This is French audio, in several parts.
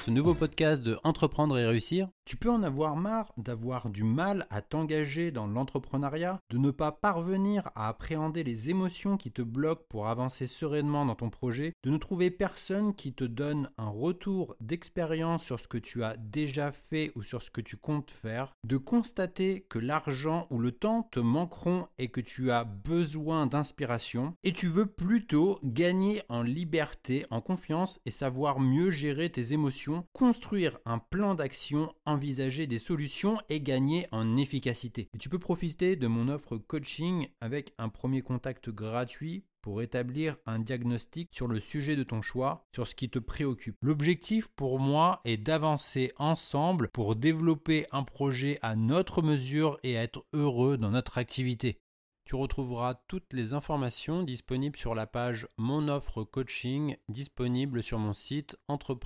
ce nouveau podcast de Entreprendre et réussir. Tu peux en avoir marre d'avoir du mal à t'engager dans l'entrepreneuriat, de ne pas parvenir à appréhender les émotions qui te bloquent pour avancer sereinement dans ton projet, de ne trouver personne qui te donne un retour d'expérience sur ce que tu as déjà fait ou sur ce que tu comptes faire, de constater que l'argent ou le temps te manqueront et que tu as besoin d'inspiration, et tu veux plutôt gagner en liberté, en confiance et savoir mieux gérer tes émotions, construire un plan d'action, envisager des solutions et gagner en efficacité. Et tu peux profiter de mon offre coaching avec un premier contact gratuit pour établir un diagnostic sur le sujet de ton choix, sur ce qui te préoccupe. L'objectif pour moi est d'avancer ensemble pour développer un projet à notre mesure et être heureux dans notre activité. Tu retrouveras toutes les informations disponibles sur la page Mon offre coaching disponible sur mon site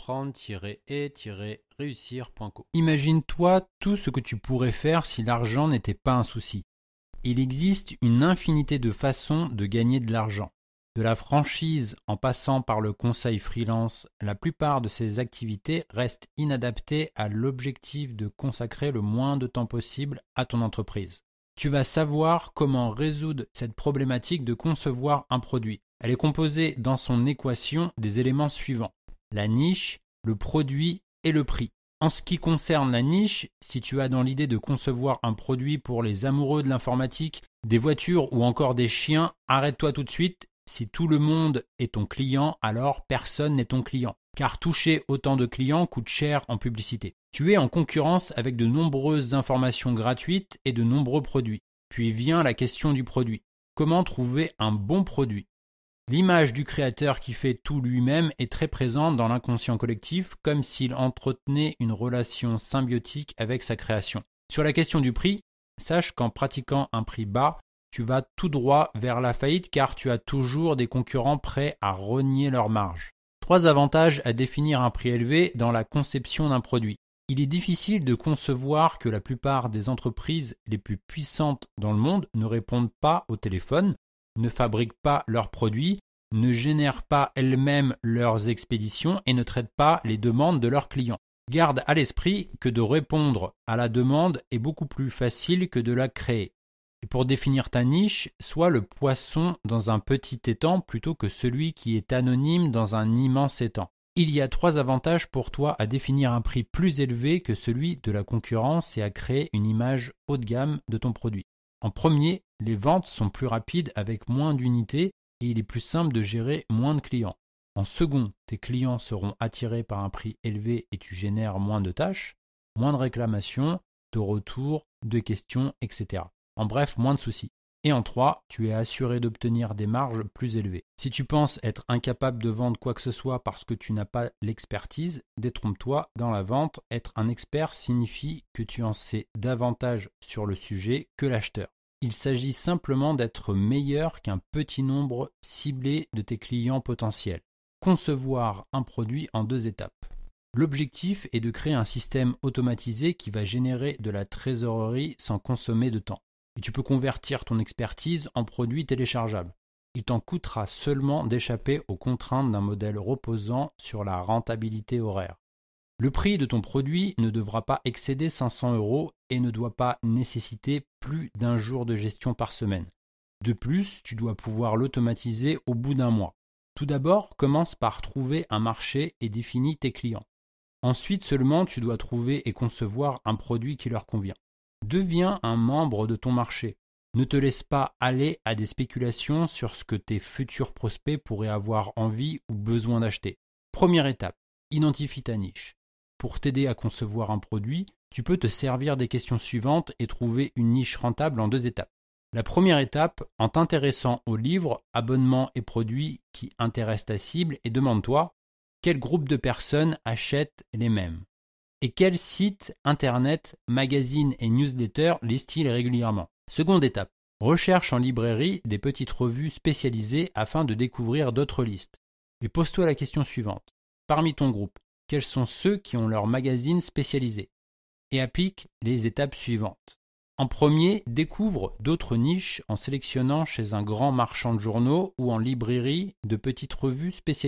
entreprendre-et-réussir.co. Imagine-toi tout ce que tu pourrais faire si l'argent n'était pas un souci. Il existe une infinité de façons de gagner de l'argent. De la franchise en passant par le conseil freelance, la plupart de ces activités restent inadaptées à l'objectif de consacrer le moins de temps possible à ton entreprise. Tu vas savoir comment résoudre cette problématique de concevoir un produit. Elle est composée dans son équation des éléments suivants: la niche, le produit et le prix. En ce qui concerne la niche, si tu as dans l'idée de concevoir un produit pour les amoureux de l'informatique, des voitures ou encore des chiens, arrête-toi tout de suite. Si tout le monde est ton client, alors personne n'est ton client. Car toucher autant de clients coûte cher en publicité. Tu es en concurrence avec de nombreuses informations gratuites et de nombreux produits. Puis vient la question du produit. Comment trouver un bon produit ? L'image du créateur qui fait tout lui-même est très présente dans l'inconscient collectif, comme s'il entretenait une relation symbiotique avec sa création. Sur la question du prix, sache qu'en pratiquant un prix bas, tu vas tout droit vers la faillite car tu as toujours des concurrents prêts à rogner leur marge. 3 avantages à définir un prix élevé dans la conception d'un produit. Il est difficile de concevoir que la plupart des entreprises les plus puissantes dans le monde ne répondent pas au téléphone, ne fabriquent pas leurs produits, ne génèrent pas elles-mêmes leurs expéditions et ne traitent pas les demandes de leurs clients. Garde à l'esprit que de répondre à la demande est beaucoup plus facile que de la créer. Et pour définir ta niche, sois le poisson dans un petit étang plutôt que celui qui est anonyme dans un immense étang. Il y a 3 avantages pour toi à définir un prix plus élevé que celui de la concurrence et à créer une image haut de gamme de ton produit. En premier, les ventes sont plus rapides avec moins d'unités et il est plus simple de gérer moins de clients. En second, tes clients seront attirés par un prix élevé et tu génères moins de tâches, moins de réclamations, de retours, de questions, etc. En bref, moins de soucis. Et en 3, tu es assuré d'obtenir des marges plus élevées. Si tu penses être incapable de vendre quoi que ce soit parce que tu n'as pas l'expertise, détrompe-toi, dans la vente, être un expert signifie que tu en sais davantage sur le sujet que l'acheteur. Il s'agit simplement d'être meilleur qu'un petit nombre ciblé de tes clients potentiels. Concevoir un produit en 2 étapes. L'objectif est de créer un système automatisé qui va générer de la trésorerie sans consommer de temps. Et tu peux convertir ton expertise en produit téléchargeable. Il t'en coûtera seulement d'échapper aux contraintes d'un modèle reposant sur la rentabilité horaire. Le prix de ton produit ne devra pas excéder 500 € et ne doit pas nécessiter plus d'1 jour de gestion par semaine. De plus, tu dois pouvoir l'automatiser au bout d'1 mois. Tout d'abord, commence par trouver un marché et définis tes clients. Ensuite seulement, tu dois trouver et concevoir un produit qui leur convient. Deviens un membre de ton marché. Ne te laisse pas aller à des spéculations sur ce que tes futurs prospects pourraient avoir envie ou besoin d'acheter. Première étape, identifie ta niche. Pour t'aider à concevoir un produit, tu peux te servir des questions suivantes et trouver une niche rentable en 2 étapes. La première étape, en t'intéressant aux livres, abonnements et produits qui intéressent ta cible et demande-toi quel groupe de personnes achètent les mêmes. Et quels sites, internet, magazines et newsletters lisent-ils régulièrement ? Seconde étape, recherche en librairie des petites revues spécialisées afin de découvrir d'autres listes. Et pose-toi la question suivante. Parmi ton groupe, quels sont ceux qui ont leur magazine spécialisé ? Et applique les étapes suivantes. En premier, découvre d'autres niches en sélectionnant chez un grand marchand de journaux ou en librairie de petites revues spécialisées.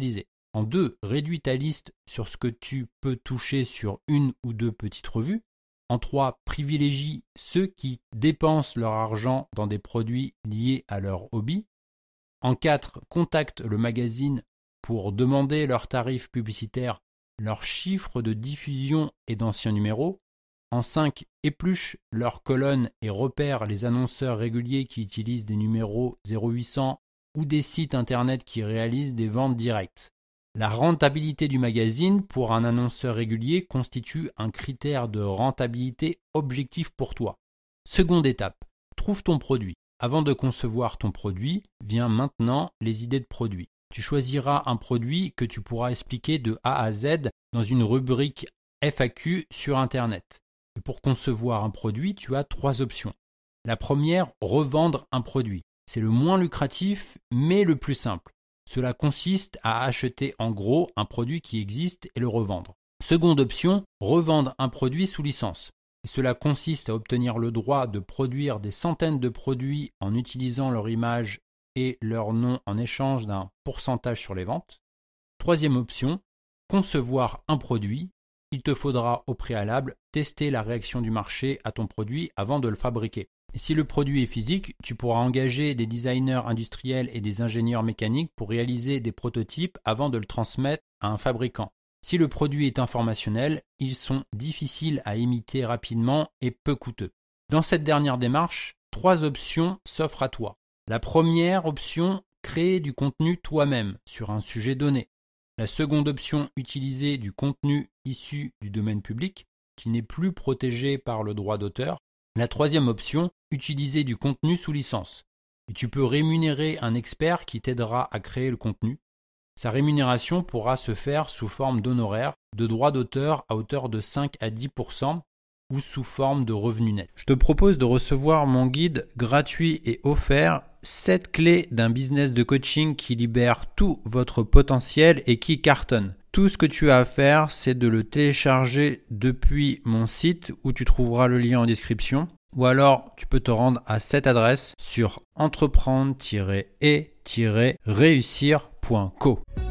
En 2, réduis ta liste sur ce que tu peux toucher sur 1 ou 2 petites revues. En 3, privilégie ceux qui dépensent leur argent dans des produits liés à leur hobby. En 4, contacte le magazine pour demander leurs tarifs publicitaires, leurs chiffres de diffusion et d'anciens numéros. En 5, épluche leurs colonnes et repère les annonceurs réguliers qui utilisent des numéros 0800 ou des sites internet qui réalisent des ventes directes. La rentabilité du magazine pour un annonceur régulier constitue un critère de rentabilité objectif pour toi. Seconde étape, trouve ton produit. Avant de concevoir ton produit, vient maintenant les idées de produit. Tu choisiras un produit que tu pourras expliquer de A à Z dans une rubrique FAQ sur Internet. Et pour concevoir un produit, tu as 3 options. La première, revendre un produit. C'est le moins lucratif, mais le plus simple. Cela consiste à acheter en gros un produit qui existe et le revendre. Seconde option, revendre un produit sous licence. Cela consiste à obtenir le droit de produire des centaines de produits en utilisant leur image et leur nom en échange d'un pourcentage sur les ventes. Troisième option, concevoir un produit. Il te faudra au préalable tester la réaction du marché à ton produit avant de le fabriquer. Et si le produit est physique, tu pourras engager des designers industriels et des ingénieurs mécaniques pour réaliser des prototypes avant de le transmettre à un fabricant. Si le produit est informationnel, ils sont difficiles à imiter rapidement et peu coûteux. Dans cette dernière démarche, 3 options s'offrent à toi. La première option, créer du contenu toi-même sur un sujet donné. La seconde option, utiliser du contenu issu du domaine public qui n'est plus protégé par le droit d'auteur. La troisième option, utiliser du contenu sous licence. Et tu peux rémunérer un expert qui t'aidera à créer le contenu. Sa rémunération pourra se faire sous forme d'honoraires, de droits d'auteur à hauteur de 5 à 10% ou sous forme de revenus nets. Je te propose de recevoir mon guide gratuit et offert 7 clés d'un business de coaching qui libère tout votre potentiel et qui cartonne. Tout ce que tu as à faire, c'est de le télécharger depuis mon site où tu trouveras le lien en description. Ou alors, tu peux te rendre à cette adresse sur entreprendre-et-réussir.co.